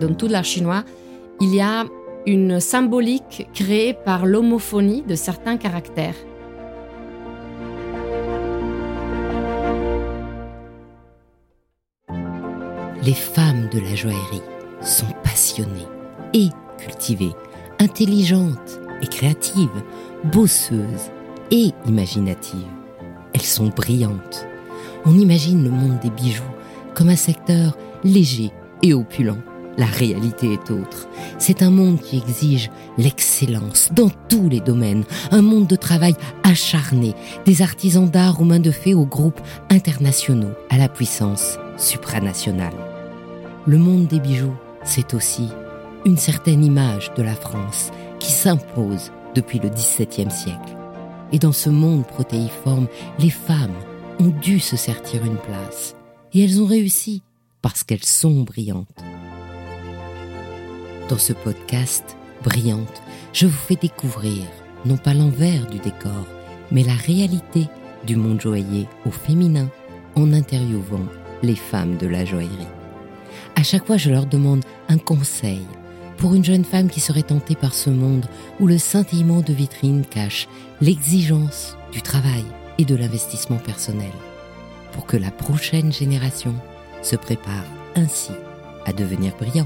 dans tout l'art chinois, il y a une symbolique créée par l'homophonie de certains caractères. Les femmes de la joaillerie sont passionnées et cultivées, intelligentes et créatives, bosseuses et imaginatives. Elles sont brillantes. On imagine le monde des bijoux comme un secteur léger et opulent. La réalité est autre. C'est un monde qui exige l'excellence dans tous les domaines, un monde de travail acharné, des artisans d'art aux mains de fée aux groupes internationaux, à la puissance supranationale. Le monde des bijoux, c'est aussi une certaine image de la France qui s'impose depuis le XVIIe siècle. Et dans ce monde protéiforme, les femmes ont dû se sertir une place. Et elles ont réussi parce qu'elles sont brillantes. Dans ce podcast, Brillante, je vous fais découvrir, non pas l'envers du décor, mais la réalité du monde joaillier au féminin en interviewant les femmes de la joaillerie. À chaque fois, je leur demande un conseil pour une jeune femme qui serait tentée par ce monde où le scintillement de vitrine cache l'exigence du travail et de l'investissement personnel, pour que la prochaine génération se prépare ainsi à devenir brillante.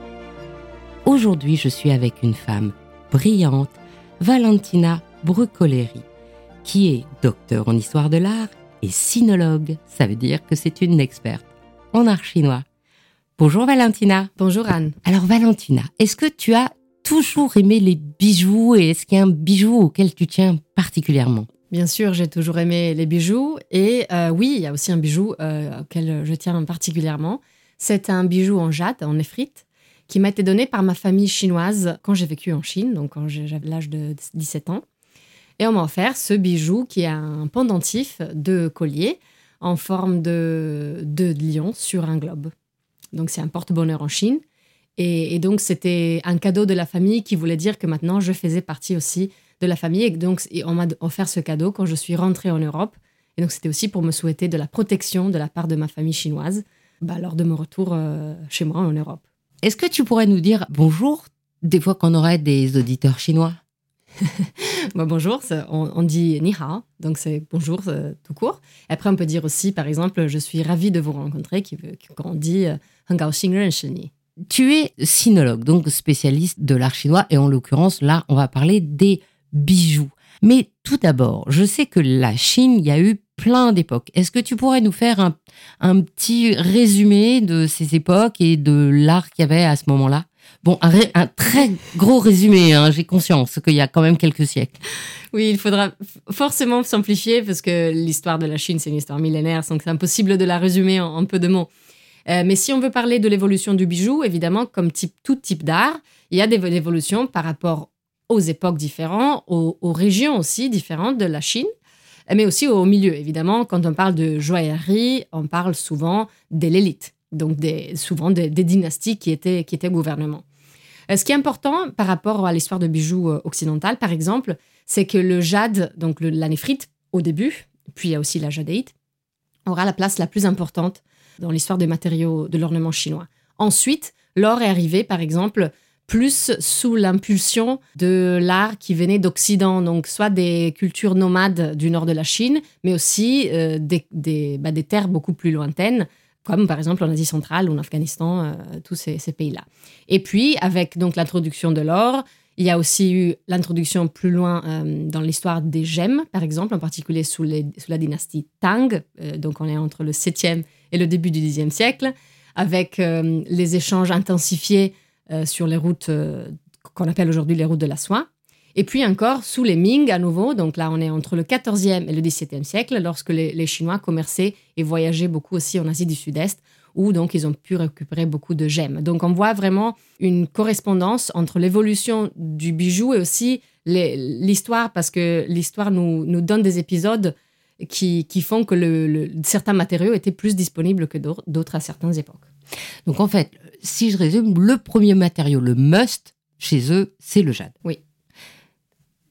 Aujourd'hui, je suis avec une femme brillante, Valentina Brucoleri, qui est docteur en histoire de l'art et sinologue. Ça veut dire que c'est une experte en art chinois. Bonjour Valentina. Bonjour Anne. Alors Valentina, est-ce que tu as toujours aimé les bijoux et est-ce qu'il y a un bijou auquel tu tiens particulièrement ? Bien sûr, j'ai toujours aimé les bijoux et oui, il y a aussi un bijou auquel je tiens particulièrement. C'est un bijou en jade, en néphrite, qui m'a été donné par ma famille chinoise quand j'ai vécu en Chine, donc quand j'avais l'âge de 17 ans. Et on m'a offert ce bijou qui est un pendentif de collier en forme de lion sur un globe. Donc c'est un porte-bonheur en Chine. Et donc c'était un cadeau de la famille qui voulait dire que maintenant je faisais partie aussi de la famille. Et donc on m'a offert ce cadeau quand je suis rentrée en Europe. Et donc c'était aussi pour me souhaiter de la protection de la part de ma famille chinoise lors de mon retour chez moi en Europe. Est-ce que tu pourrais nous dire bonjour des fois qu'on aurait des auditeurs chinois ? Bonjour, on dit ni hao, donc c'est bonjour tout court. Après, on peut dire aussi, par exemple, je suis ravie de vous rencontrer, qu'on dit很高兴认识你. Tu es sinologue, donc spécialiste de l'art chinois, et en l'occurrence, là, on va parler des bijoux. Mais tout d'abord, je sais que la Chine, il y a eu plein d'époques. Est-ce que tu pourrais nous faire un petit résumé de ces époques et de l'art qu'il y avait à ce moment-là ? Bon, un très gros résumé, hein, j'ai conscience qu'il y a quand même quelques siècles. Oui, il faudra forcément simplifier parce que l'histoire de la Chine, c'est une histoire millénaire, donc c'est impossible de la résumer en peu de mots. Mais si on veut parler de l'évolution du bijou, évidemment, comme tout type d'art, il y a des évolutions par rapport aux époques différentes, aux régions aussi différentes de la Chine, mais aussi au milieu. Évidemment, quand on parle de joaillerie, on parle souvent de l'élite. Donc souvent des dynasties qui étaient gouvernements. Ce qui est important par rapport à l'histoire de bijoux occidentale, par exemple, c'est que le jade, donc la néphrite au début, puis il y a aussi la jadéite, aura la place la plus importante dans l'histoire des matériaux de l'ornement chinois. Ensuite, l'or est arrivé, par exemple, plus sous l'impulsion de l'art qui venait d'Occident, donc soit des cultures nomades du nord de la Chine, mais aussi des terres beaucoup plus lointaines, comme par exemple en Asie centrale ou en Afghanistan, tous ces pays-là. Et puis, avec donc l'introduction de l'or, il y a aussi eu l'introduction plus loin dans l'histoire des gemmes, par exemple, en particulier sous la dynastie Tang, donc on est entre le 7e et le début du 10e siècle, avec les échanges intensifiés sur les routes qu'on appelle aujourd'hui les routes de la soie. Et puis encore, sous les Ming à nouveau, donc là on est entre le 14e et le 17e siècle, lorsque les Chinois commerçaient et voyageaient beaucoup aussi en Asie du Sud-Est, où donc ils ont pu récupérer beaucoup de gemmes. Donc on voit vraiment une correspondance entre l'évolution du bijou et aussi l'histoire, parce que l'histoire nous donne des épisodes qui font que certains matériaux étaient plus disponibles que d'autres à certaines époques. Donc en fait, si je résume, le premier matériau, le must chez eux, c'est le jade. Oui.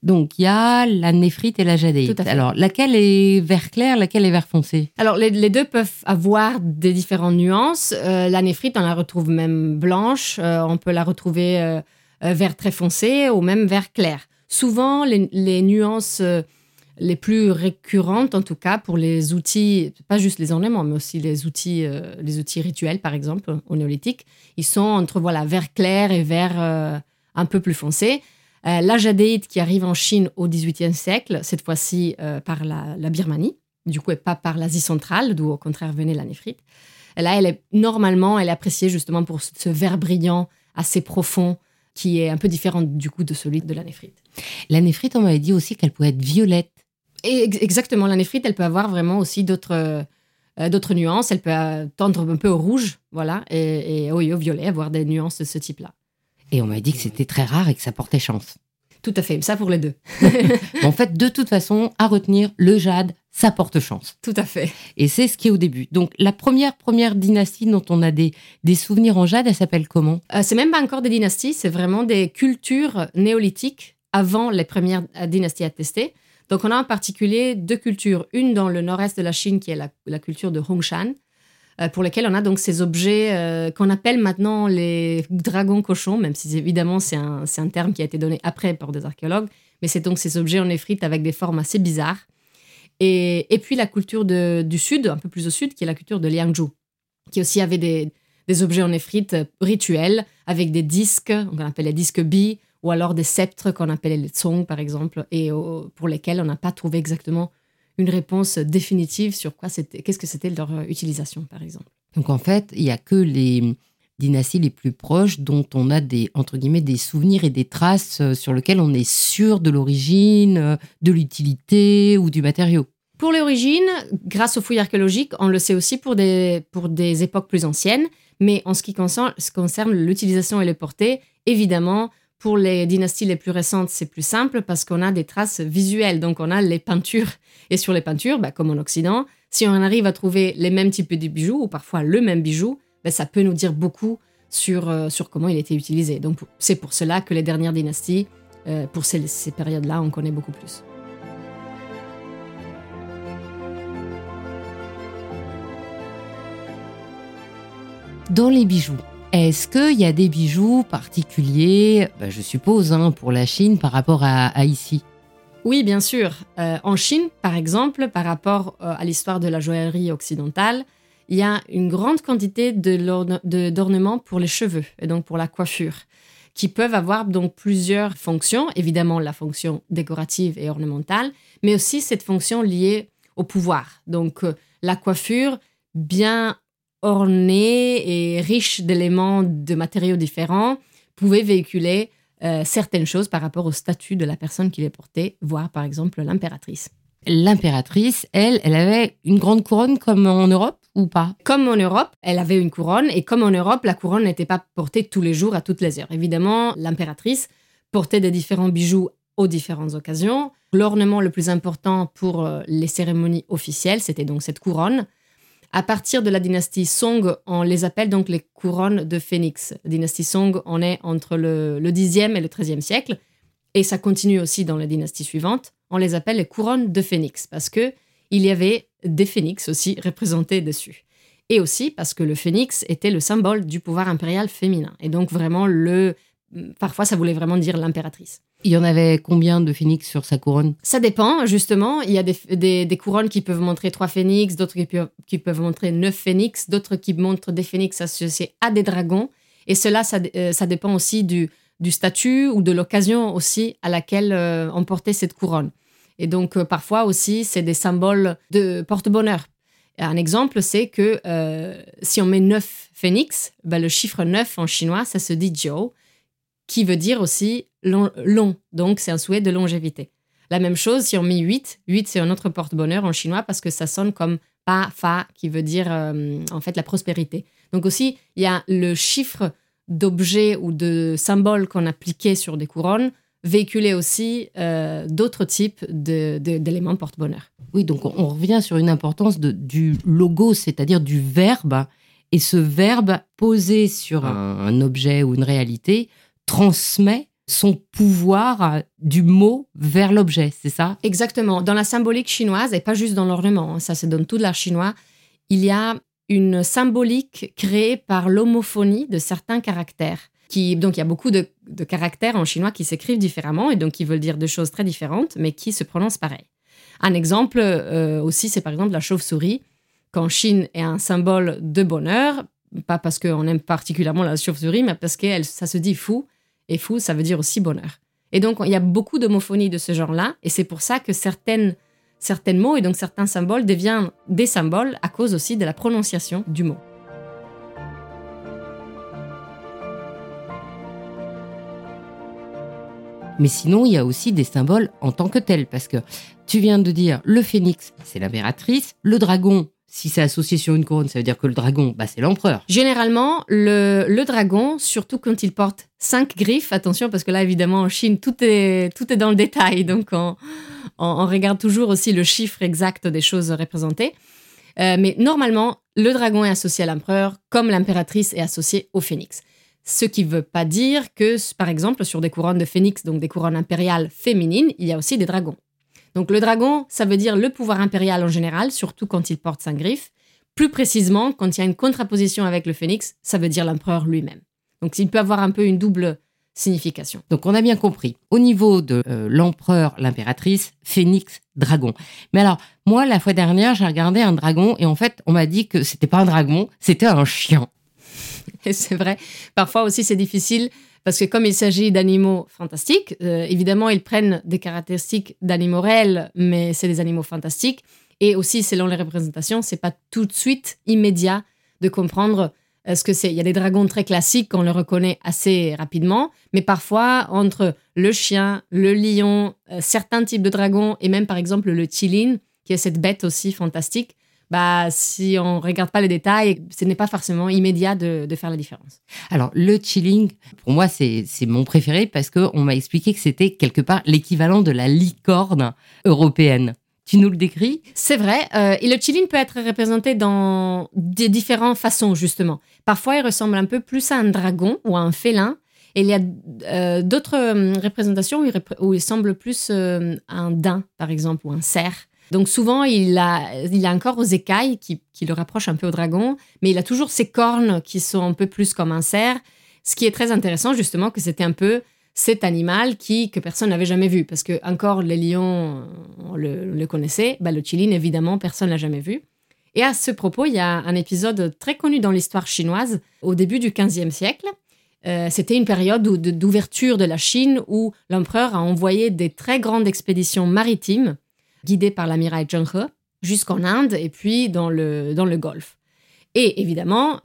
Donc, il y a la néphrite et la jadéite. Tout à fait. Alors, laquelle est vert clair, laquelle est vert foncé? Alors, les deux peuvent avoir des différentes nuances. La néphrite, on la retrouve même blanche. On peut la retrouver vert très foncé ou même vert clair. Souvent, les nuances les plus récurrentes, en tout cas, pour les outils, pas juste les ornements, mais aussi les outils rituels, par exemple, au néolithique, ils sont entre vert clair et vert un peu plus foncé. La jadéite qui arrive en Chine au XVIIIe siècle, cette fois-ci par la Birmanie, du coup, et pas par l'Asie centrale, d'où au contraire venait la néphrite. Et là, elle est appréciée justement pour ce vert brillant assez profond qui est un peu différent du coup de celui de la néphrite. La néphrite, on m'avait dit aussi qu'elle pouvait être violette. Et exactement, la néphrite, elle peut avoir vraiment aussi d'autres nuances. Elle peut tendre un peu au rouge, voilà, et au violet, avoir des nuances de ce type-là. Et on m'avait dit que c'était très rare et que ça portait chance. Tout à fait, ça pour les deux. En fait, de toute façon, à retenir, le jade, ça porte chance. Tout à fait. Et c'est ce qui est au début. Donc, la première dynastie dont on a des souvenirs en jade, elle s'appelle comment? C'est même pas encore des dynasties, c'est vraiment des cultures néolithiques avant les premières dynasties attestées. Donc, on a en particulier deux cultures. Une dans le nord-est de la Chine, qui est la culture de Hongshan, pour lesquels on a donc ces objets qu'on appelle maintenant les dragons cochons, même si évidemment c'est un terme qui a été donné après par des archéologues, mais c'est donc ces objets en néphrite avec des formes assez bizarres. Et puis la culture du sud, un peu plus au sud, qui est la culture de Liangzhu, qui aussi avait des objets en néphrite rituels avec des disques, qu'on appelle les disques bi, ou alors des sceptres qu'on appelait les tsong par exemple, et pour lesquels on n'a pas trouvé exactement une réponse définitive sur qu'est-ce que c'était leur utilisation, par exemple. Donc en fait, il n'y a que les dynasties les plus proches dont on a entre guillemets, des souvenirs et des traces sur lesquelles on est sûr de l'origine, de l'utilité ou du matériau. Pour l'origine, grâce aux fouilles archéologiques, on le sait aussi pour des époques plus anciennes, mais en ce qui concerne l'utilisation et le portée, évidemment, pour les dynasties les plus récentes, c'est plus simple parce qu'on a des traces visuelles. Donc, on a les peintures. Et sur les peintures, comme en Occident, si on arrive à trouver les mêmes types de bijoux ou parfois le même bijou, ça peut nous dire beaucoup sur comment il était utilisé. Donc, c'est pour cela que les dernières dynasties, pour ces périodes-là, on connaît beaucoup plus. Dans les bijoux, est-ce qu'il y a des bijoux particuliers, je suppose, pour la Chine par rapport à ici? Oui, bien sûr. En Chine, par exemple, par rapport à l'histoire de la joaillerie occidentale, il y a une grande quantité d'ornements pour les cheveux et donc pour la coiffure, qui peuvent avoir donc plusieurs fonctions. Évidemment, la fonction décorative et ornementale, mais aussi cette fonction liée au pouvoir. Donc, la coiffure bien ornée et riche d'éléments de matériaux différents pouvait véhiculer certaines choses par rapport au statut de la personne qui les portait, voire par exemple l'impératrice. L'impératrice, elle avait une grande couronne comme en Europe ou pas? Comme en Europe, elle avait une couronne et comme en Europe, la couronne n'était pas portée tous les jours à toutes les heures. Évidemment, l'impératrice portait des différents bijoux aux différentes occasions. L'ornement le plus important pour les cérémonies officielles, c'était donc cette couronne. À partir de la dynastie Song, on les appelle donc les couronnes de phénix. La dynastie Song, on est entre le 10e et le 13e siècle. Et ça continue aussi dans les dynasties suivantes. On les appelle les couronnes de phénix parce qu'il y avait des phénix aussi représentés dessus. Et aussi parce que le phénix était le symbole du pouvoir impérial féminin. Et donc vraiment, parfois ça voulait vraiment dire l'impératrice. Il y en avait combien de phénix sur sa couronne? Ça dépend, justement. Il y a des couronnes qui peuvent montrer 3 phénix, d'autres qui peuvent montrer 9 phénix, d'autres qui montrent des phénix associés à des dragons. Et cela, ça dépend aussi du statut ou de l'occasion aussi à laquelle on portait cette couronne. Et donc, parfois aussi, c'est des symboles de porte-bonheur. Un exemple, c'est que si on met 9 phénix, le chiffre 9 en chinois, ça se dit jiu, qui veut dire aussi long. Donc, c'est un souhait de longévité. La même chose, si on met 8 c'est un autre porte-bonheur en chinois parce que ça sonne comme pa, fa, qui veut dire en fait la prospérité. Donc aussi, il y a le chiffre d'objets ou de symboles qu'on appliquait sur des couronnes, véhiculait aussi d'autres types d'éléments porte-bonheur. Oui, donc on revient sur une importance du logo, c'est-à-dire du verbe. Et ce verbe posé sur un objet ou une réalité transmet son pouvoir du mot vers l'objet, c'est ça? Exactement. Dans la symbolique chinoise, et pas juste dans l'ornement, ça se donne tout de l'art chinois, il y a une symbolique créée par l'homophonie de certains caractères. Donc, il y a beaucoup de caractères en chinois qui s'écrivent différemment et donc qui veulent dire deux choses très différentes, mais qui se prononcent pareil. Un exemple aussi, c'est par exemple la chauve-souris, qu'en Chine est un symbole de bonheur, pas parce qu'on aime particulièrement la chauve-souris, mais parce que ça se dit fou, et fou, ça veut dire aussi bonheur. Et donc, il y a beaucoup d'homophonie de ce genre-là, et c'est pour ça que certains mots et donc certains symboles deviennent des symboles à cause aussi de la prononciation du mot. Mais sinon, il y a aussi des symboles en tant que tels, parce que tu viens de dire le phénix, c'est l'impératrice, le dragon, si c'est associé sur une couronne, ça veut dire que le dragon, c'est l'empereur. Généralement, le dragon, surtout quand il porte 5 griffes, attention, parce que là, évidemment, en Chine, tout est dans le détail, donc on regarde toujours aussi le chiffre exact des choses représentées. Mais normalement, le dragon est associé à l'empereur, comme l'impératrice est associée au phénix. Ce qui ne veut pas dire que, par exemple, sur des couronnes de phénix, donc des couronnes impériales féminines, il y a aussi des dragons. Donc le dragon, ça veut dire le pouvoir impérial en général, surtout quand il porte 5 griffes. Plus précisément, quand il y a une contraposition avec le phénix, ça veut dire l'empereur lui-même. Donc il peut avoir un peu une double signification. Donc on a bien compris. Au niveau de l'empereur, l'impératrice, phénix, dragon. Mais alors, moi, la fois dernière, j'ai regardé un dragon et en fait, on m'a dit que c'était pas un dragon, c'était un chien. Et c'est vrai. Parfois aussi, c'est difficile parce que comme il s'agit d'animaux fantastiques, évidemment, ils prennent des caractéristiques d'animaux réels, mais c'est des animaux fantastiques. Et aussi, selon les représentations, c'est pas tout de suite immédiat de comprendre ce que c'est. Il y a des dragons très classiques qu'on les reconnaît assez rapidement, mais parfois, entre le chien, le lion, certains types de dragons, et même par exemple le qilin, qui est cette bête aussi fantastique, si on ne regarde pas les détails, ce n'est pas forcément immédiat de faire la différence. Alors, le qilin, pour moi, c'est mon préféré parce qu'on m'a expliqué que c'était quelque part l'équivalent de la licorne européenne. Tu nous le décris ? C'est vrai. Et le qilin peut être représenté dans des différentes façons, justement. Parfois, il ressemble un peu plus à un dragon ou à un félin. Et il y a d'autres représentations où il semble plus à un daim, par exemple, ou un cerf. Donc souvent, il a encore aux écailles qui le rapprochent un peu au dragon, mais il a toujours ses cornes qui sont un peu plus comme un cerf, ce qui est très intéressant justement que c'était un peu cet animal que personne n'avait jamais vu, parce que encore les lions, on le connaissait, le qilin évidemment, personne ne l'a jamais vu. Et à ce propos, il y a un épisode très connu dans l'histoire chinoise, au début du XVe siècle. C'était une période d'ouverture de la Chine où l'empereur a envoyé des très grandes expéditions maritimes guidé par l'amiral Zheng He, jusqu'en Inde et puis dans le Golfe. Et évidemment,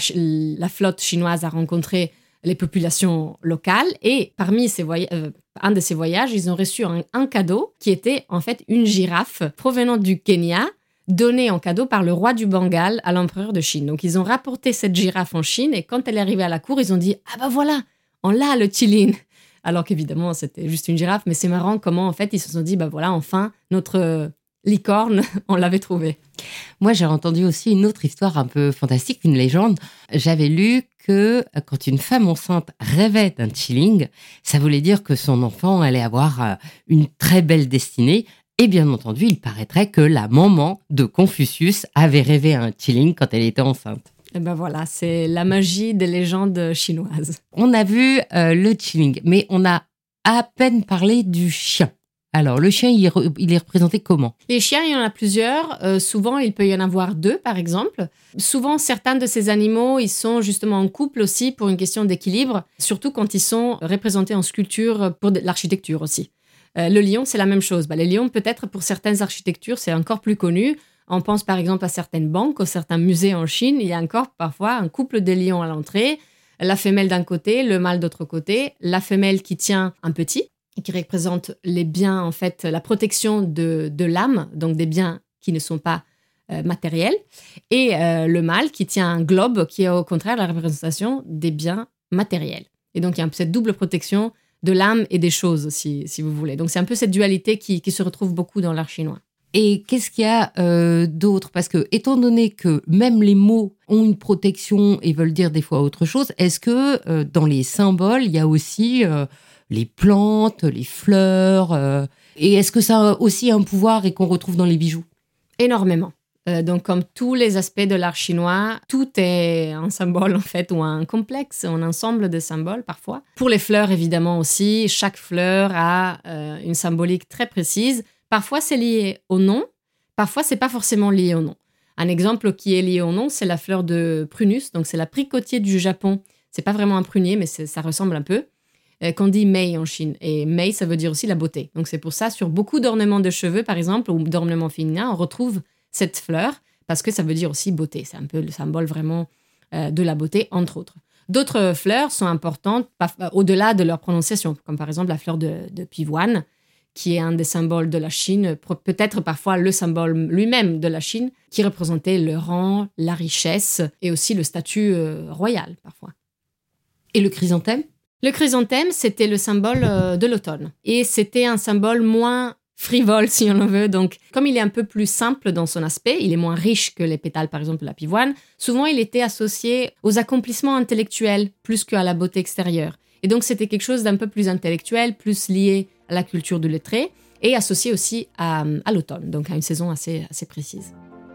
la flotte chinoise a rencontré les populations locales et parmi un de ces voyages, ils ont reçu un cadeau qui était en fait une girafe provenant du Kenya, donnée en cadeau par le roi du Bengale à l'empereur de Chine. Donc ils ont rapporté cette girafe en Chine et quand elle est arrivée à la cour, ils ont dit « Ah voilà, on l'a le qilin !» Alors qu'évidemment, c'était juste une girafe, mais c'est marrant comment, en fait, ils se sont dit, voilà, enfin, notre licorne, on l'avait trouvée. Moi, j'ai entendu aussi une autre histoire un peu fantastique, une légende. J'avais lu que quand une femme enceinte rêvait d'un qilin, ça voulait dire que son enfant allait avoir une très belle destinée. Et bien entendu, il paraîtrait que la maman de Confucius avait rêvé un qilin quand elle était enceinte. Et voilà, c'est la magie des légendes chinoises. On a vu le qilin, mais on a à peine parlé du chien. Alors, le chien, il est représenté comment ? Les chiens, il y en a plusieurs. Souvent, il peut y en avoir 2, par exemple. Souvent, certains de ces animaux, ils sont justement en couple aussi pour une question d'équilibre, surtout quand ils sont représentés en sculpture pour l'architecture aussi. Le lion, c'est la même chose. Les lions, peut-être pour certaines architectures, c'est encore plus connu. On pense par exemple à certaines banques, à certains musées en Chine. Il y a encore parfois un couple de lions à l'entrée, la femelle d'un côté, le mâle d'autre côté, la femelle qui tient un petit, qui représente les biens, en fait, la protection de l'âme, donc des biens qui ne sont pas matériels, et le mâle qui tient un globe, qui est au contraire la représentation des biens matériels. Et donc il y a cette double protection de l'âme et des choses, si vous voulez. Donc c'est un peu cette dualité qui se retrouve beaucoup dans l'art chinois. Et qu'est-ce qu'il y a d'autre ? Parce que, étant donné que même les mots ont une protection et veulent dire des fois autre chose, est-ce que dans les symboles, il y a aussi les plantes, les fleurs. Et est-ce que ça a aussi un pouvoir et qu'on retrouve dans les bijoux? Énormément. Donc, comme tous les aspects de l'art chinois, tout est un symbole en fait, ou un complexe, un ensemble de symboles parfois. Pour les fleurs, évidemment aussi, chaque fleur a une symbolique très précise. Parfois, c'est lié au nom, parfois, c'est pas forcément lié au nom. Un exemple qui est lié au nom, c'est la fleur de prunus, donc c'est la pricotier du Japon. C'est pas vraiment un prunier, mais ça ressemble un peu. Qu'on dit mei en Chine. Et mei, ça veut dire aussi la beauté. Donc, c'est pour ça, sur beaucoup d'ornements de cheveux, par exemple, ou d'ornements féminins, on retrouve cette fleur, parce que ça veut dire aussi beauté. C'est un peu le symbole vraiment de la beauté, entre autres. D'autres fleurs sont importantes au-delà de leur prononciation, comme par exemple la fleur de pivoine, qui est un des symboles de la Chine, peut-être parfois le symbole lui-même de la Chine, qui représentait le rang, la richesse et aussi le statut royal parfois. Et le chrysanthème? Le chrysanthème, c'était le symbole de l'automne. Et c'était un symbole moins frivole, si on en veut. Donc, comme il est un peu plus simple dans son aspect, il est moins riche que les pétales, par exemple, de la pivoine, souvent il était associé aux accomplissements intellectuels plus qu'à la beauté extérieure. Et donc, c'était quelque chose d'un peu plus intellectuel, plus lié à la culture du lettré, et associé aussi à l'automne, donc à une saison assez précise.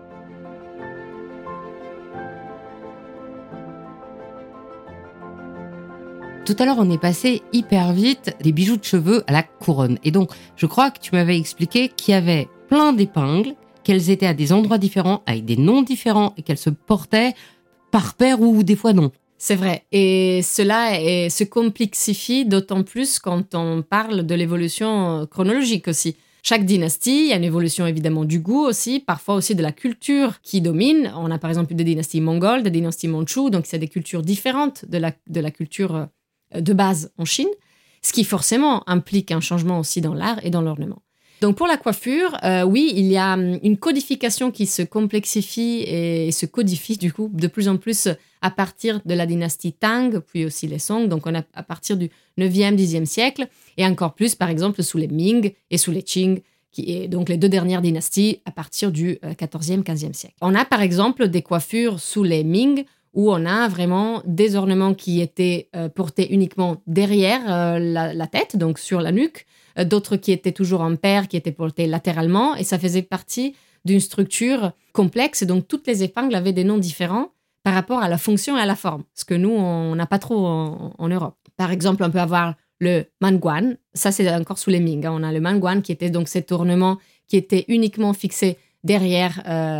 Tout à l'heure, on est passé hyper vite des bijoux de cheveux à la couronne. Et donc, je crois que tu m'avais expliqué qu'il y avait plein d'épingles, qu'elles étaient à des endroits différents, avec des noms différents, et qu'elles se portaient par paire ou des fois non. C'est vrai. Et cela se complexifie d'autant plus quand on parle de l'évolution chronologique aussi. Chaque dynastie, il y a une évolution évidemment du goût aussi, parfois aussi de la culture qui domine. On a par exemple des dynasties mongoles, des dynasties mandchoues, donc c'est des cultures différentes de la culture de base en Chine, ce qui forcément implique un changement aussi dans l'art et dans l'ornement. Donc pour la coiffure, oui, il y a une codification qui se complexifie et se codifie du coup de plus en plus à partir de la dynastie Tang, puis aussi les Song, donc on a à partir du 9e, 10e siècle, et encore plus par exemple sous les Ming et sous les Qing, qui est donc les deux dernières dynasties à partir du 14e, 15e siècle. On a par exemple des coiffures sous les Ming où on a vraiment des ornements qui étaient portés uniquement derrière la tête, donc sur la nuque, d'autres qui étaient toujours en paire, qui étaient portés latéralement, et ça faisait partie d'une structure complexe, et donc toutes les épingles avaient des noms différents par rapport à la fonction et à la forme, ce que nous, on n'a pas trop en Europe. Par exemple, on peut avoir le manguan, ça c'est encore sous les Ming, on a le manguan qui était donc cet ornement qui était uniquement fixé derrière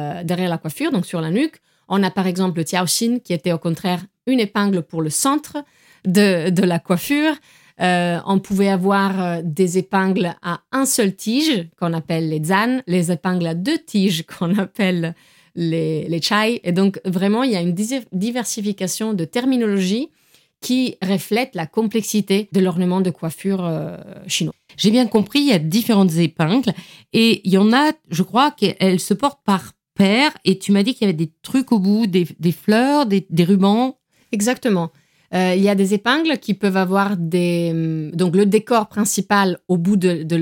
la coiffure, donc sur la nuque. On a par exemple le tiaoxin qui était au contraire une épingle pour le centre de la coiffure. On pouvait avoir des épingles à un seul tige qu'on appelle les zan, les épingles à deux tiges qu'on appelle les chai. Et donc vraiment, il y a une diversification de terminologie qui reflète la complexité de l'ornement de coiffure chinois. J'ai bien compris, il y a différentes épingles et il y en a, je crois, qu'elles se portent par paire, et tu m'as dit qu'il y avait des trucs au bout, des fleurs, des rubans. Exactement. Il y a des épingles qui peuvent avoir donc le décor principal au bout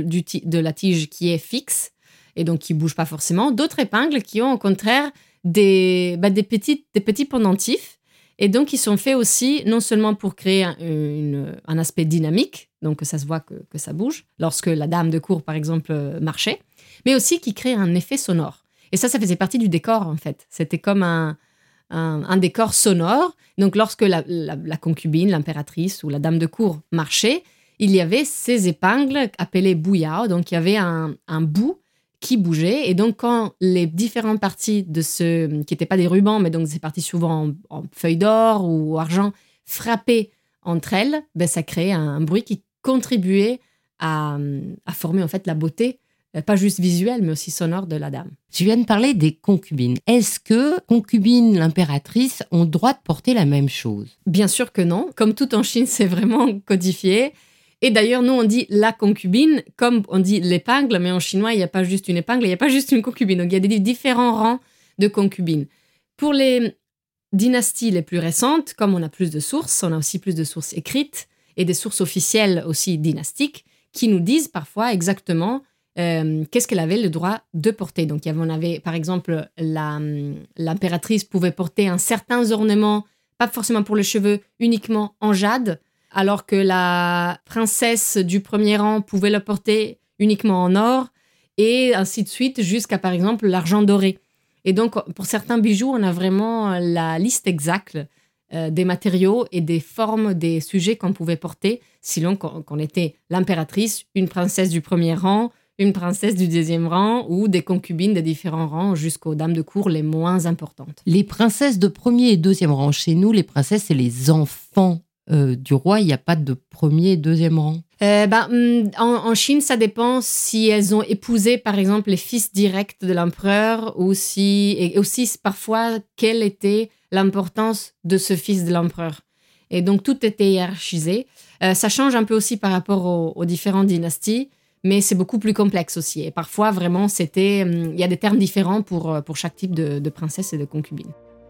de la tige qui est fixe et donc qui ne bouge pas forcément. D'autres épingles qui ont au contraire des petits pendentifs et donc qui sont faits aussi non seulement pour créer un aspect dynamique, donc que ça se voit que ça bouge lorsque la dame de cour par exemple marchait, mais aussi qui créent un effet sonore. Et ça faisait partie du décor, en fait. C'était comme un décor sonore. Donc, lorsque la concubine, l'impératrice ou la dame de cour marchait, il y avait ces épingles appelées bouyao. Donc, il y avait un bout qui bougeait. Et donc, quand les différentes parties de qui n'étaient pas des rubans, mais donc ces parties souvent en feuilles d'or ou argent, frappaient entre elles, ça créait un bruit qui contribuait à former, en fait, la beauté, pas juste visuelle, mais aussi sonore de la dame. Tu viens de parler des concubines. Est-ce que concubine, l'impératrice, ont le droit de porter la même chose? Bien sûr que non. Comme tout en Chine, c'est vraiment codifié. Et d'ailleurs, nous, on dit la concubine, comme on dit l'épingle, mais en chinois, il n'y a pas juste une épingle, il n'y a pas juste une concubine. Donc, il y a des différents rangs de concubines. Pour les dynasties les plus récentes, comme on a plus de sources, on a aussi plus de sources écrites et des sources officielles aussi dynastiques qui nous disent parfois exactement qu'est-ce qu'elle avait le droit de porter. Donc, on avait, par exemple, l'impératrice pouvait porter un certain ornement, pas forcément pour les cheveux, uniquement en jade, alors que la princesse du premier rang pouvait le porter uniquement en or, et ainsi de suite, jusqu'à par exemple l'argent doré. Et donc, pour certains bijoux, on a vraiment la liste exacte des matériaux et des formes des sujets qu'on pouvait porter, selon qu'on était l'impératrice, une princesse du premier rang, une princesse du deuxième rang ou des concubines des différents rangs jusqu'aux dames de cour les moins importantes. Les princesses de premier et deuxième rang. Chez nous, les princesses, c'est les enfants du roi. Il n'y a pas de premier et deuxième rang. En Chine, ça dépend si elles ont épousé, par exemple, les fils directs de l'empereur et aussi parfois quelle était l'importance de ce fils de l'empereur. Et donc, tout était hiérarchisé. Ça change un peu aussi par rapport aux différentes dynasties, mais c'est beaucoup plus complexe aussi. Et parfois, vraiment, il y a des termes différents pour chaque type de princesse et de concubine.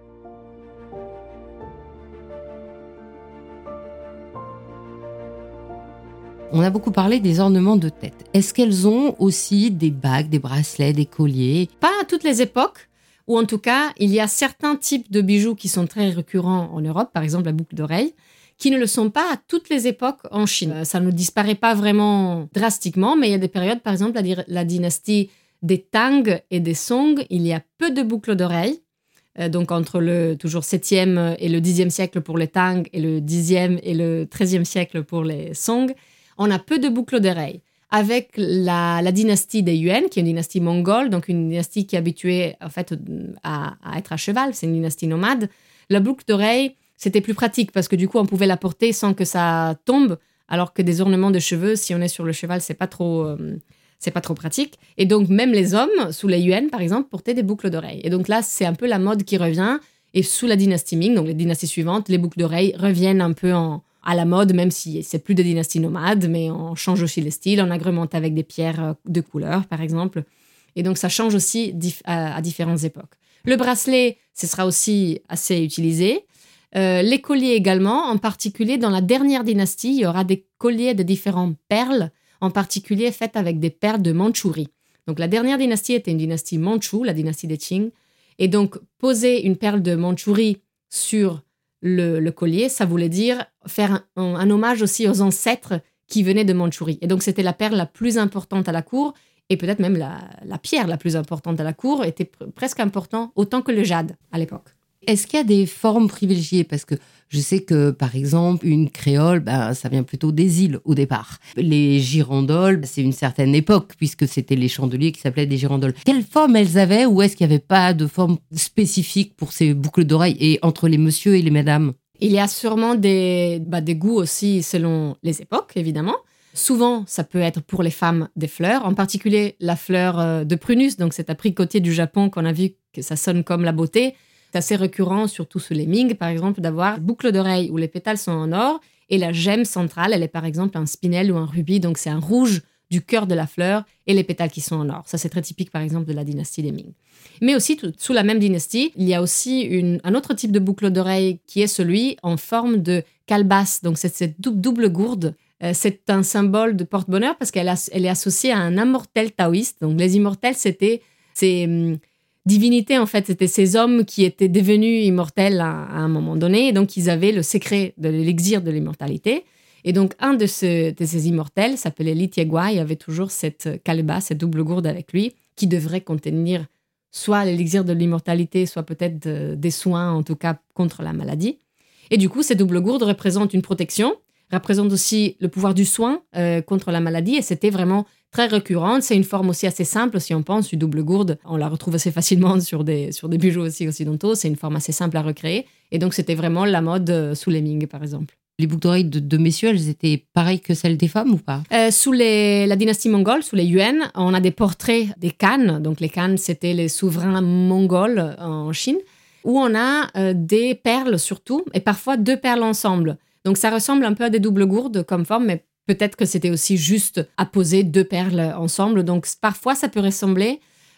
On a beaucoup parlé des ornements de tête. Est-ce qu'elles ont aussi des bagues, des bracelets, des colliers ? Pas à toutes les époques, ou en tout cas, il y a certains types de bijoux qui sont très récurrents en Europe, par exemple la boucle d'oreille, qui ne le sont pas à toutes les époques en Chine. Ça ne disparaît pas vraiment drastiquement, mais il y a des périodes, par exemple la dynastie des Tang et des Song, il y a peu de boucles d'oreilles. Donc entre le toujours 7e et le 10e siècle pour les Tang et le 10e et le 13e siècle pour les Song, on a peu de boucles d'oreilles. Avec la dynastie des Yuan, qui est une dynastie mongole, donc une dynastie qui est habituée en fait, à être à cheval, c'est une dynastie nomade, la boucle d'oreille, c'était plus pratique parce que du coup, on pouvait la porter sans que ça tombe, alors que des ornements de cheveux, si on est sur le cheval, c'est pas trop pratique. Et donc, même les hommes, sous les Yuan, par exemple, portaient des boucles d'oreilles. Et donc là, c'est un peu la mode qui revient. Et sous la dynastie Ming, donc les dynasties suivantes, les boucles d'oreilles reviennent un peu à la mode, même si c'est plus de dynasties nomades, mais on change aussi le style, on agrémente avec des pierres de couleur, par exemple. Et donc, ça change aussi à différentes époques. Le bracelet, ce sera aussi assez utilisé. Les colliers également, en particulier dans la dernière dynastie, il y aura des colliers de différentes perles, en particulier faites avec des perles de Mandchourie. Donc, la dernière dynastie était une dynastie mandchoue, la dynastie des Qing. Et donc, poser une perle de Mandchourie sur le collier, ça voulait dire faire un hommage aussi aux ancêtres qui venaient de Mandchourie. Et donc, c'était la perle la plus importante à la cour, et peut-être même la pierre la plus importante à la cour, était presque important autant que le jade à l'époque. Est-ce qu'il y a des formes privilégiées ? Parce que je sais que, par exemple, une créole, ça vient plutôt des îles au départ. Les girandoles, c'est une certaine époque, puisque c'était les chandeliers qui s'appelaient des girandoles. Quelle forme elles avaient, ou est-ce qu'il n'y avait pas de forme spécifique pour ces boucles d'oreilles, et entre les messieurs et les mesdames ? Il y a sûrement des goûts aussi selon les époques, évidemment. Souvent, ça peut être pour les femmes des fleurs, en particulier la fleur de prunus, donc cet abricotier du Japon qu'on a vu que ça sonne comme la beauté. C'est assez récurrent, surtout sous les Ming, par exemple, d'avoir une boucle d'oreille où les pétales sont en or et la gemme centrale, elle est par exemple un spinel ou un rubis, donc c'est un rouge du cœur de la fleur et les pétales qui sont en or. Ça, c'est très typique, par exemple, de la dynastie des Ming. Mais aussi, sous la même dynastie, il y a aussi un autre type de boucle d'oreille qui est celui en forme de calebasse. Donc, c'est cette double gourde. C'est un symbole de porte-bonheur parce qu'elle est associée à un immortel taoïste. Donc, les immortels, c'était ces divinités, en fait. C'était ces hommes qui étaient devenus immortels à un moment donné. Et donc, ils avaient le secret de l'élixir de l'immortalité. Et donc, un de ces immortels s'appelait Li Tiegua. Il avait toujours cette calebasse, cette double gourde avec lui, qui devrait contenir soit l'élixir de l'immortalité, soit peut-être des soins, en tout cas contre la maladie. Et du coup, cette double gourde représente une protection, représente aussi le pouvoir du soin contre la maladie. Et c'était vraiment très récurrent. C'est une forme aussi assez simple, si on pense, une double gourde. On la retrouve assez facilement sur des bijoux aussi occidentaux. C'est une forme assez simple à recréer. Et donc, c'était vraiment la mode sous les Ming, par exemple. Les boucles d'oreilles de messieurs, elles étaient pareilles que celles des femmes ou pas ? Sous la dynastie mongole, sous les Yuan, on a des portraits des Khan. Donc les Khan, c'était les souverains mongols en Chine, où on a des perles surtout, et parfois 2 perles ensemble. Donc ça ressemble un peu à des doubles gourdes comme forme, mais peut-être que c'était aussi juste à poser 2 perles ensemble. Donc parfois ça peut ressembler,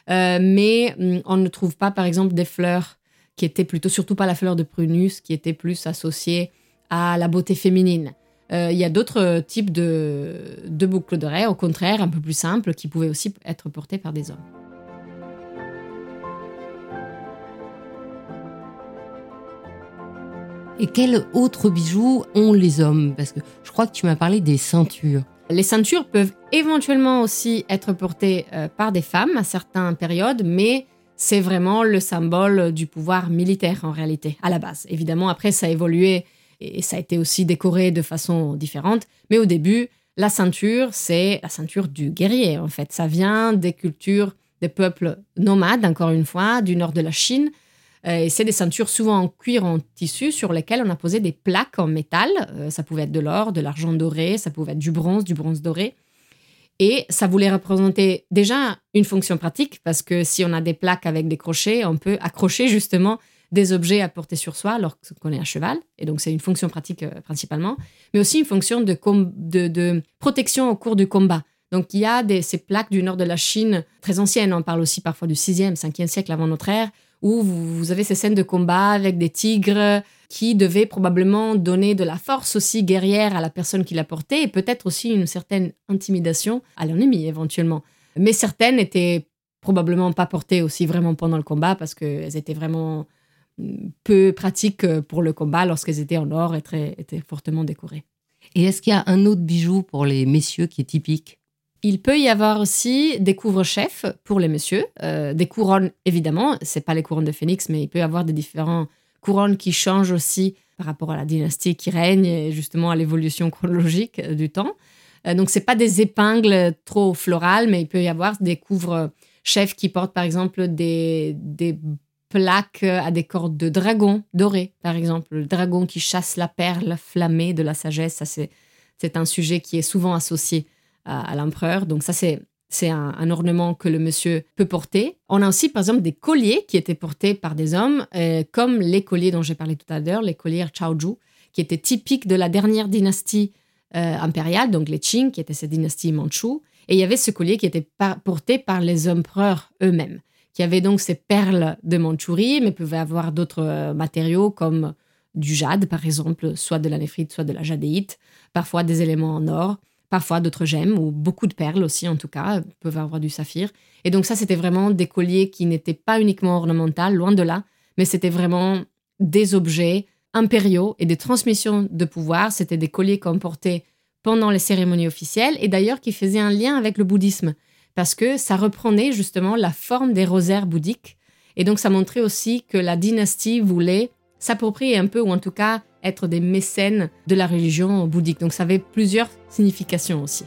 mais on ne trouve pas par exemple des fleurs qui étaient plutôt, surtout pas la fleur de prunus, qui était plus associée à la beauté féminine. Il y a d'autres types de boucles d'oreilles, au contraire, un peu plus simples, qui pouvaient aussi être portées par des hommes. Et quels autres bijoux ont les hommes? Parce que je crois que tu m'as parlé des ceintures. Les ceintures peuvent éventuellement aussi être portées par des femmes à certaines périodes, mais c'est vraiment le symbole du pouvoir militaire en réalité, à la base. Évidemment, après, ça a évolué et ça a été aussi décoré de façon différente. Mais au début, la ceinture, c'est la ceinture du guerrier, en fait. Ça vient des cultures des peuples nomades, encore une fois, du nord de la Chine. Et c'est des ceintures souvent en cuir, en tissu, sur lesquelles on a posé des plaques en métal. Ça pouvait être de l'or, de l'argent doré, ça pouvait être du bronze doré. Et ça voulait représenter déjà une fonction pratique, parce que si on a des plaques avec des crochets, on peut accrocher justement des objets à porter sur soi lorsqu'on est à cheval. Et donc, c'est une fonction pratique principalement, mais aussi une fonction de protection au cours du combat. Donc, il y a ces plaques du nord de la Chine, très anciennes, on parle aussi parfois du 6e, 5e siècle avant notre ère, où vous avez ces scènes de combat avec des tigres qui devaient probablement donner de la force aussi guerrière à la personne qui la portait et peut-être aussi une certaine intimidation à l'ennemi éventuellement. Mais certaines étaient probablement pas portées aussi vraiment pendant le combat parce qu'elles étaient vraiment peu pratiques pour le combat lorsqu'elles étaient en or et étaient fortement décorées. Et est-ce qu'il y a un autre bijou pour les messieurs qui est typique? Il peut y avoir aussi des couvre-chefs pour les messieurs, des couronnes évidemment, c'est pas les couronnes de phénix, mais il peut y avoir des différents couronnes qui changent aussi par rapport à la dynastie qui règne et justement à l'évolution chronologique du temps. Donc c'est pas des épingles trop florales, mais il peut y avoir des couvre-chefs qui portent par exemple des plaques à des cordes de dragon doré, par exemple. Le dragon qui chasse la perle flammée de la sagesse, ça c'est un sujet qui est souvent associé à l'empereur. Donc ça, c'est un ornement que le monsieur peut porter. On a aussi, par exemple, des colliers qui étaient portés par des hommes, comme les colliers dont j'ai parlé tout à l'heure, les colliers Chaozhou, qui étaient typiques de la dernière dynastie impériale, donc les Qing, qui était cette dynastie mandchoue. Et il y avait ce collier qui était porté par les empereurs eux-mêmes, qui avaient donc ces perles de Mandchourie, mais pouvaient avoir d'autres matériaux comme du jade, par exemple, soit de la néphrite, soit de la jadéite, parfois des éléments en or, parfois d'autres gemmes, ou beaucoup de perles aussi, en tout cas, peuvent avoir du saphir. Et donc ça, c'était vraiment des colliers qui n'étaient pas uniquement ornementaux, loin de là, mais c'était vraiment des objets impériaux et des transmissions de pouvoir. C'était des colliers qu'on portait pendant les cérémonies officielles, et d'ailleurs qui faisaient un lien avec le bouddhisme, parce que ça reprenait justement la forme des rosaires bouddhiques. Et donc ça montrait aussi que la dynastie voulait s'approprier un peu, ou en tout cas être des mécènes de la religion bouddhique. Donc ça avait plusieurs significations aussi.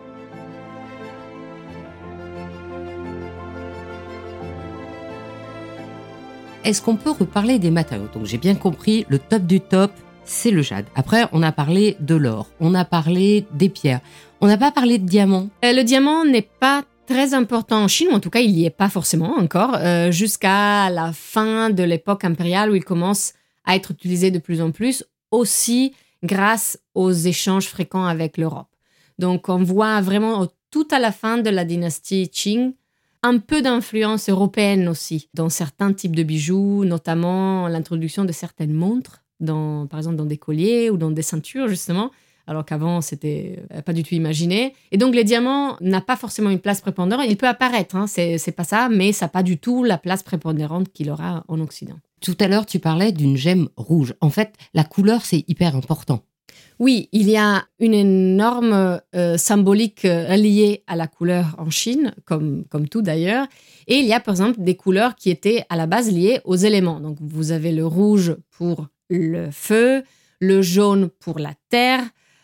Est-ce qu'on peut reparler des matériaux? Donc j'ai bien compris, le top du top, c'est le jade. Après, on a parlé de l'or, on a parlé des pierres. On n'a pas parlé de diamants. Le diamant n'est pas très important en Chine, ou en tout cas il n'y est pas forcément encore, jusqu'à la fin de l'époque impériale où il commence à être utilisé de plus en plus, aussi grâce aux échanges fréquents avec l'Europe. Donc on voit vraiment tout à la fin de la dynastie Qing un peu d'influence européenne aussi dans certains types de bijoux, notamment l'introduction de certaines montres, par exemple dans des colliers ou dans des ceintures justement, alors qu'avant c'était pas du tout imaginé. Et donc les diamants n'ont pas forcément une place prépondérante, il peut apparaître, hein, c'est pas ça, mais ça n'a pas du tout la place prépondérante qu'il aura en Occident. Tout à l'heure, tu parlais d'une gemme rouge. En fait, la couleur, c'est hyper important. Oui, il y a une énorme symbolique liée à la couleur en Chine, comme tout d'ailleurs. Et il y a par exemple des couleurs qui étaient à la base liées aux éléments. Donc vous avez le rouge pour le feu, le jaune pour la terre,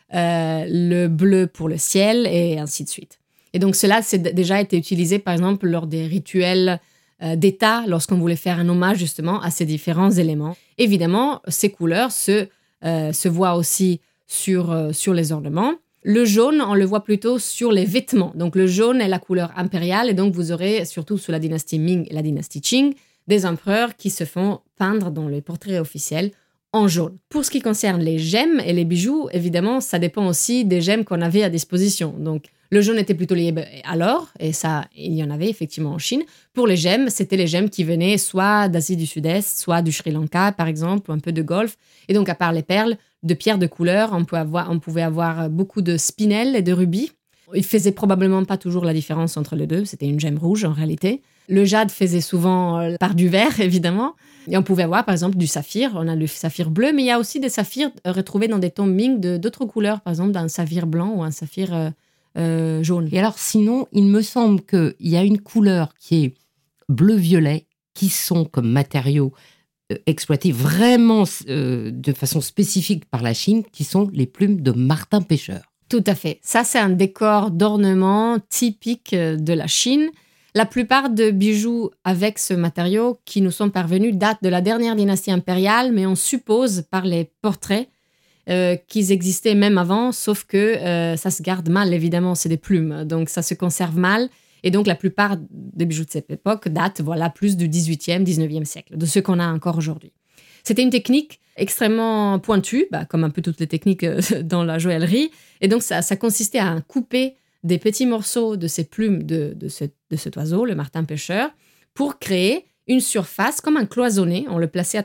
le bleu pour le ciel, et ainsi de suite. Et donc cela, c'est déjà été utilisé par exemple lors des rituels d'État, lorsqu'on voulait faire un hommage justement à ces différents éléments. Évidemment, ces couleurs se voient aussi sur les ornements. Le jaune, on le voit plutôt sur les vêtements. Donc le jaune est la couleur impériale, et donc vous aurez, surtout sous la dynastie Ming et la dynastie Qing, des empereurs qui se font peindre dans les portraits officiels en jaune. Pour ce qui concerne les gemmes et les bijoux, évidemment, ça dépend aussi des gemmes qu'on avait à disposition. Donc le jaune était plutôt lié à l'or, et ça, il y en avait effectivement en Chine. Pour les gemmes, c'était les gemmes qui venaient soit d'Asie du Sud-Est, soit du Sri Lanka, par exemple, ou un peu de Golfe. Et donc, à part les perles, de pierres de couleur, on pouvait avoir beaucoup de spinels et de rubis. Il faisait probablement pas toujours la différence entre les deux. C'était une gemme rouge en réalité. Le jade faisait souvent part du vert, évidemment. Et on pouvait avoir, par exemple, du saphir. On a le saphir bleu, mais il y a aussi des saphirs retrouvés dans des tons ming d'autres couleurs. Par exemple, d'un saphir blanc ou un saphir jaune. Et alors, sinon, il me semble qu'il y a une couleur qui est bleu-violet, qui sont comme matériaux exploités vraiment de façon spécifique par la Chine, qui sont les plumes de martin pêcheur. Tout à fait. Ça, c'est un décor d'ornement typique de la Chine. La plupart de bijoux avec ce matériau qui nous sont parvenus datent de la dernière dynastie impériale, mais on suppose par les portraits qu'ils existaient même avant, sauf que ça se garde mal, évidemment, c'est des plumes, donc ça se conserve mal. Et donc, la plupart des bijoux de cette époque datent plus du 18e, 19e siècle, de ceux qu'on a encore aujourd'hui. C'était une technique extrêmement pointue, comme un peu toutes les techniques dans la joaillerie. Et donc, ça consistait à couper des petits morceaux de ces plumes de cet oiseau, le martin pêcheur, pour créer une surface comme un cloisonné. On le plaçait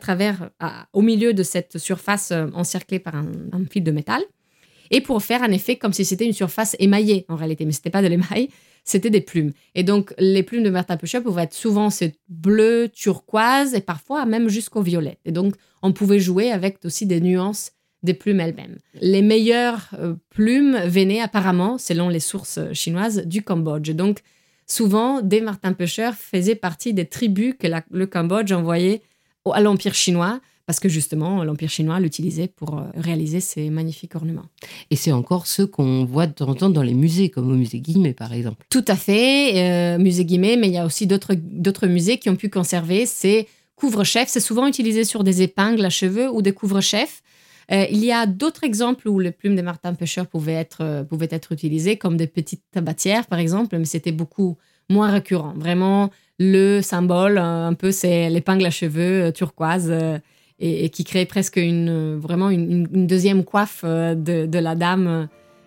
au milieu de cette surface encerclée par un fil de métal. Et pour faire un effet comme si c'était une surface émaillée, en réalité. Mais ce n'était pas de l'émail, c'était des plumes. Et donc, les plumes de martin pêcheur pouvaient être souvent bleu, turquoise et parfois même jusqu'au violet. Et donc, on pouvait jouer avec aussi des nuances des plumes elles-mêmes. Les meilleures plumes venaient apparemment, selon les sources chinoises, du Cambodge. Et donc, souvent, des martins pêcheurs faisaient partie des tribus que le Cambodge envoyait à l'Empire chinois, parce que justement, l'Empire chinois l'utilisait pour réaliser ces magnifiques ornements. Et c'est encore ceux qu'on voit de temps en temps dans les musées, comme au musée Guimet, par exemple. Tout à fait, musée Guimet, mais il y a aussi d'autres musées qui ont pu conserver ces couvre-chefs. C'est souvent utilisé sur des épingles à cheveux ou des couvre-chefs. Il y a d'autres exemples où les plumes des martins pêcheurs pouvaient être utilisées, comme des petites tabatières, par exemple, mais c'était beaucoup moins récurrent. Vraiment, le symbole, un peu, c'est l'épingle à cheveux turquoise, et qui crée presque vraiment une deuxième coiffe de la dame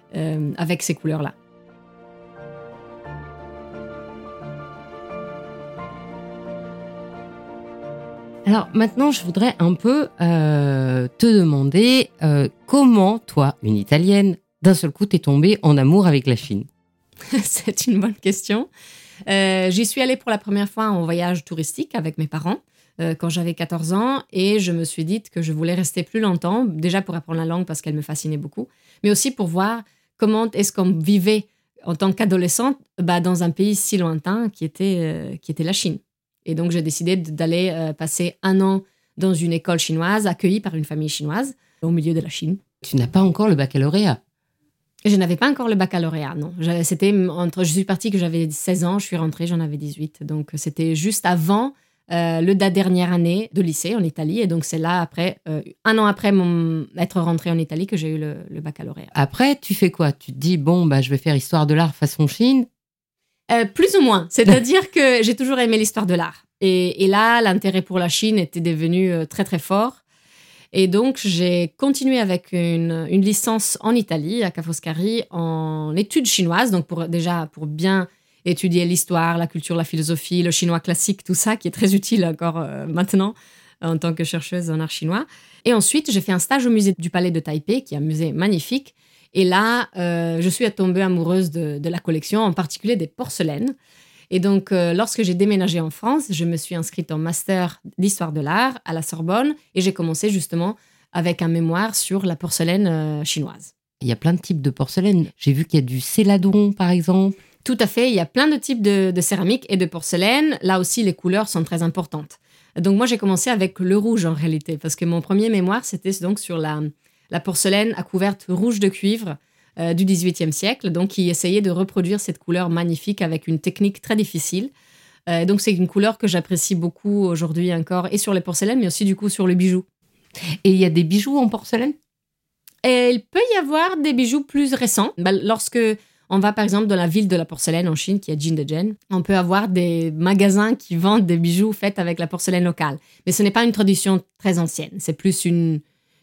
avec ces couleurs-là. Alors maintenant, je voudrais un peu te demander comment, toi, une Italienne, d'un seul coup, t'es tombée en amour avec la Chine. C'est une bonne question. J'y suis allée pour la première fois en voyage touristique avec mes parents quand j'avais 14 ans et je me suis dit que je voulais rester plus longtemps, déjà pour apprendre la langue parce qu'elle me fascinait beaucoup, mais aussi pour voir comment est-ce qu'on vivait en tant qu'adolescente dans un pays si lointain qui était la Chine. Et donc, j'ai décidé d'aller passer 1 an dans une école chinoise, accueillie par une famille chinoise, au milieu de la Chine. Tu n'as pas encore le baccalauréat? Je n'avais pas encore le baccalauréat, non. Je suis partie que j'avais 16 ans, je suis rentrée, j'en avais 18. Donc, c'était juste avant la dernière année de lycée en Italie. Et donc, c'est là, après, 1 an après être rentrée en Italie, que j'ai eu le baccalauréat. Après, tu fais quoi? Tu te dis, je vais faire histoire de l'art façon Chine? Plus ou moins. C'est-à-dire que j'ai toujours aimé l'histoire de l'art. Et là, l'intérêt pour la Chine était devenu très, très fort. Et donc, j'ai continué avec une licence en Italie, à Ca' Foscari, en études chinoises. Donc, pour bien étudier l'histoire, la culture, la philosophie, le chinois classique, tout ça, qui est très utile encore maintenant en tant que chercheuse en art chinois. Et ensuite, j'ai fait un stage au musée du Palais de Taipei, qui est un musée magnifique. Et là, je suis tombée amoureuse de la collection, en particulier des porcelaines. Et donc, lorsque j'ai déménagé en France, je me suis inscrite en master d'histoire de l'art à la Sorbonne et j'ai commencé justement avec un mémoire sur la porcelaine chinoise. Il y a plein de types de porcelaine. J'ai vu qu'il y a du céladon, par exemple. Tout à fait, il y a plein de types de céramique et de porcelaine. Là aussi, les couleurs sont très importantes. Donc, moi, j'ai commencé avec le rouge en réalité, parce que mon premier mémoire, c'était donc sur la porcelaine à couverte rouge de cuivre du XVIIIe siècle, donc qui essayait de reproduire cette couleur magnifique avec une technique très difficile. Donc c'est une couleur que j'apprécie beaucoup aujourd'hui encore, et sur les porcelaines, mais aussi du coup sur le bijou. Et il y a des bijoux en porcelaine? Et il peut y avoir des bijoux plus récents. Lorsque on va par exemple dans la ville de la porcelaine en Chine, qui est Jingdezhen, on peut avoir des magasins qui vendent des bijoux faits avec la porcelaine locale. Mais ce n'est pas une tradition très ancienne, c'est plus une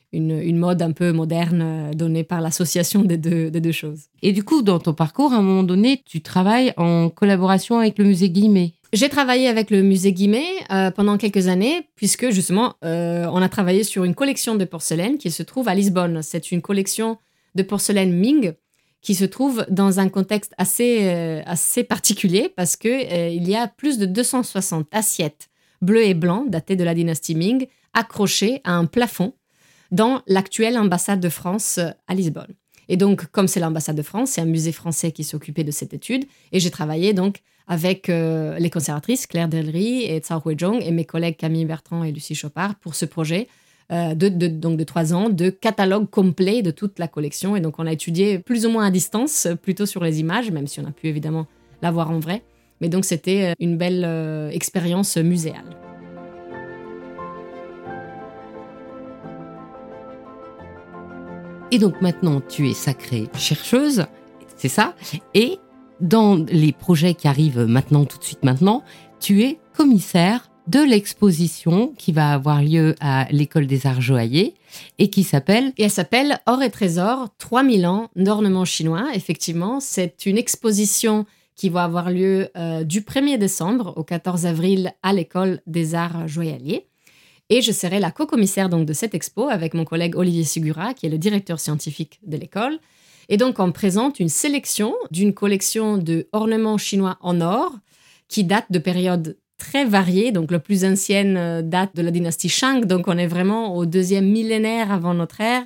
mode un peu moderne donnée par l'association des deux choses. Et du coup, dans ton parcours, à un moment donné, tu travailles en collaboration avec le musée Guimet. J'ai travaillé avec le musée Guimet pendant quelques années, puisque justement, on a travaillé sur une collection de porcelaine qui se trouve à Lisbonne. C'est une collection de porcelaine Ming qui se trouve dans un contexte assez particulier parce que il y a plus de 260 assiettes bleues et blancs datées de la dynastie Ming accrochées à un plafond dans l'actuelle ambassade de France à Lisbonne. Et donc, comme c'est l'ambassade de France, c'est un musée français qui s'est occupé de cette étude. Et j'ai travaillé donc avec les conservatrices Claire Delry et Cao Huizhong et mes collègues Camille Bertrand et Lucie Chopard pour ce projet de 3 ans de catalogue complet de toute la collection. Et donc, on a étudié plus ou moins à distance, plutôt sur les images, même si on a pu évidemment la voir en vrai. Mais donc, c'était une belle expérience muséale. Et donc maintenant, tu es sacrée chercheuse, c'est ça. Et dans les projets qui arrivent maintenant, tout de suite maintenant, tu es commissaire de l'exposition qui va avoir lieu à l'École des Arts Joailliers et qui s'appelle... Et elle s'appelle Or et Trésor, 3000 ans d'ornements chinois. Effectivement, c'est une exposition qui va avoir lieu du 1er décembre au 14 avril à l'École des Arts Joailliers. Et je serai la co-commissaire donc, de cette expo avec mon collègue Olivier Sigura, qui est le directeur scientifique de l'école. Et donc, on présente une sélection d'une collection d'ornements chinois en or qui date de périodes très variées. Donc, la plus ancienne date de la dynastie Shang. Donc, on est vraiment au 2e millénaire avant notre ère,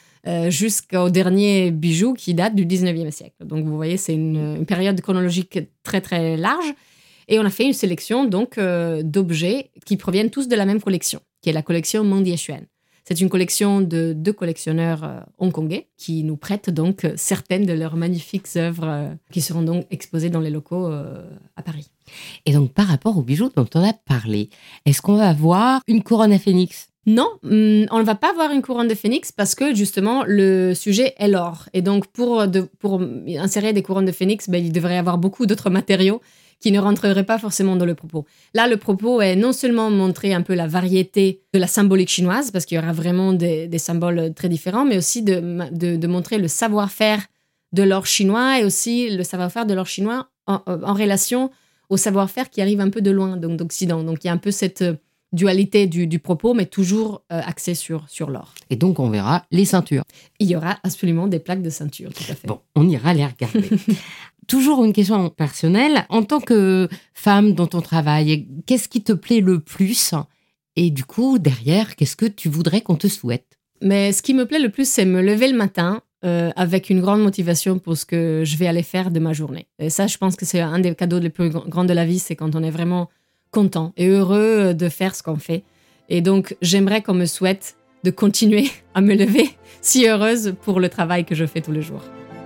jusqu'au dernier bijou qui date du 19e siècle. Donc, vous voyez, c'est une période chronologique très, très large. Et on a fait une sélection donc d'objets qui proviennent tous de la même collection, qui est la collection Meng Xuan. C'est une collection de 2 collectionneurs hongkongais qui nous prêtent donc certaines de leurs magnifiques œuvres qui seront donc exposées dans les locaux à Paris. Et donc, par rapport aux bijoux dont on a parlé, est-ce qu'on va avoir une couronne à phénix ? Non, on ne va pas avoir une couronne de phénix parce que justement le sujet est l'or. Et donc pour insérer des couronnes de phénix, il devrait y avoir beaucoup d'autres matériaux qui ne rentreraient pas forcément dans le propos. Là, le propos est non seulement montrer un peu la variété de la symbolique chinoise, parce qu'il y aura vraiment des symboles très différents, mais aussi de montrer le savoir-faire de l'or chinois et aussi le savoir-faire de l'or chinois en relation au savoir-faire qui arrive un peu de loin, donc d'Occident. Donc il y a un peu cette dualité du propos, mais toujours axé sur l'or. Et donc, on verra les ceintures. Il y aura absolument des plaques de ceinture, tout à fait. Bon, on ira les regarder. Toujours une question personnelle. En tant que femme dans ton travail, qu'est-ce qui te plaît le plus ? Et du coup, derrière, qu'est-ce que tu voudrais qu'on te souhaite ? Mais ce qui me plaît le plus, c'est me lever le matin avec une grande motivation pour ce que je vais aller faire de ma journée. Et ça, je pense que c'est un des cadeaux les plus grands de la vie, c'est quand on est vraiment content et heureux de faire ce qu'on fait. Et donc, j'aimerais qu'on me souhaite de continuer à me lever si heureuse pour le travail que je fais tous les jours.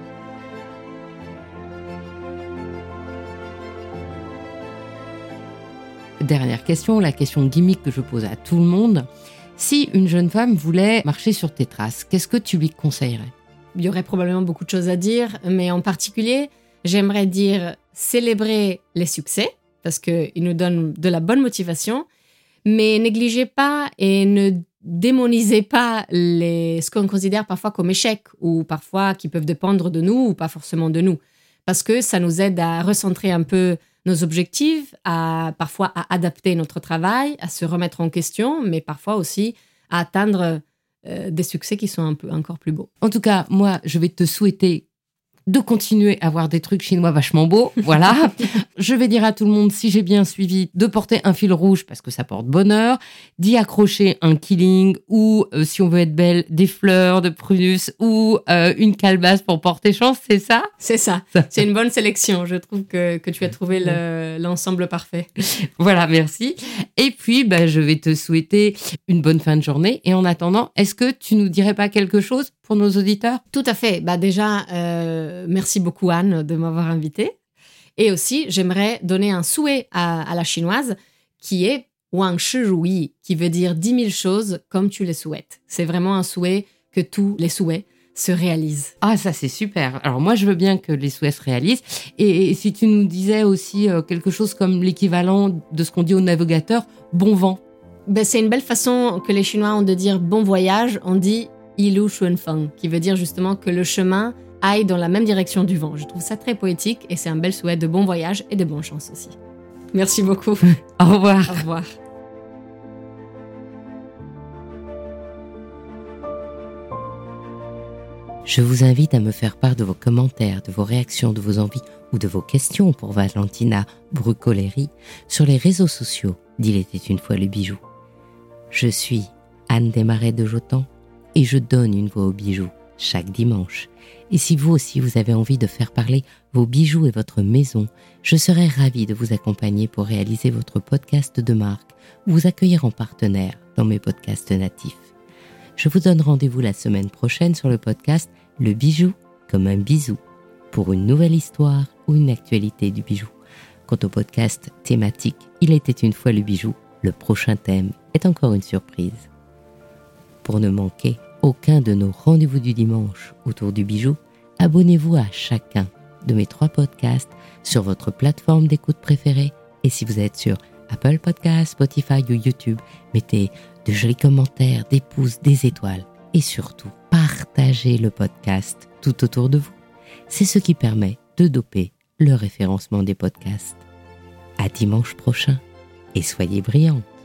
Dernière question, la question gimmick que je pose à tout le monde. Si une jeune femme voulait marcher sur tes traces, qu'est-ce que tu lui conseillerais ? Il y aurait probablement beaucoup de choses à dire, mais en particulier, j'aimerais dire célébrer les succès, parce qu'ils nous donnent de la bonne motivation, mais négligez pas et ne démonisez pas ce qu'on considère parfois comme échecs, ou parfois qui peuvent dépendre de nous, ou pas forcément de nous, parce que ça nous aide à recentrer un peu nos objectifs, parfois à adapter notre travail, à se remettre en question, mais parfois aussi à atteindre des succès qui sont un peu encore plus beaux. En tout cas, moi, je vais te souhaiter de continuer à avoir des trucs chinois vachement beaux. Voilà. Je vais dire à tout le monde, si j'ai bien suivi, de porter un fil rouge parce que ça porte bonheur, d'y accrocher un killing ou, si on veut être belle, des fleurs de prunus ou une calebasse pour porter chance, c'est ça ? C'est ça. C'est une bonne sélection. Je trouve que tu as trouvé l'ensemble parfait. Voilà, merci. Et puis, je vais te souhaiter une bonne fin de journée. Et en attendant, est-ce que tu nous dirais pas quelque chose pour nos auditeurs ? Tout à fait. Déjà, merci beaucoup Anne de m'avoir invitée. Et aussi, j'aimerais donner un souhait à la chinoise qui est Wang Shi Ru Yi, qui veut dire 10 000 choses comme tu les souhaites. C'est vraiment un souhait que tous les souhaits se réalisent. Ah, ça c'est super. Alors moi, je veux bien que les souhaits se réalisent. Et si tu nous disais aussi quelque chose comme l'équivalent de ce qu'on dit aux navigateurs, bon vent. C'est une belle façon que les Chinois ont de dire bon voyage. On dit Yilu Shunfeng, qui veut dire justement que le chemin aille dans la même direction du vent. Je trouve ça très poétique et c'est un bel souhait de bon voyage et de bonne chance aussi. Merci beaucoup. Au revoir. Au revoir. Je vous invite à me faire part de vos commentaires, de vos réactions, de vos envies ou de vos questions pour Valentina Brucoleri sur les réseaux sociaux d'Il était une fois le bijou. Je suis Anne Desmarais de Jotan et je donne une voix aux bijoux chaque dimanche. Et si vous aussi vous avez envie de faire parler vos bijoux et votre maison, je serai ravie de vous accompagner pour réaliser votre podcast de marque ou vous accueillir en partenaire dans mes podcasts natifs. Je vous donne rendez-vous la semaine prochaine sur le podcast Le bijou comme un bisou pour une nouvelle histoire ou une actualité du bijou. Quant au podcast thématique Il était une fois le bijou, le prochain thème est encore une surprise. Pour ne manquer aucun de nos rendez-vous du dimanche autour du bijou, abonnez-vous à chacun de mes 3 podcasts sur votre plateforme d'écoute préférée. Et si vous êtes sur Apple Podcasts, Spotify ou YouTube, mettez de jolis commentaires, des pouces, des étoiles et surtout partagez le podcast tout autour de vous. C'est ce qui permet de doper le référencement des podcasts. À dimanche prochain et soyez brillants.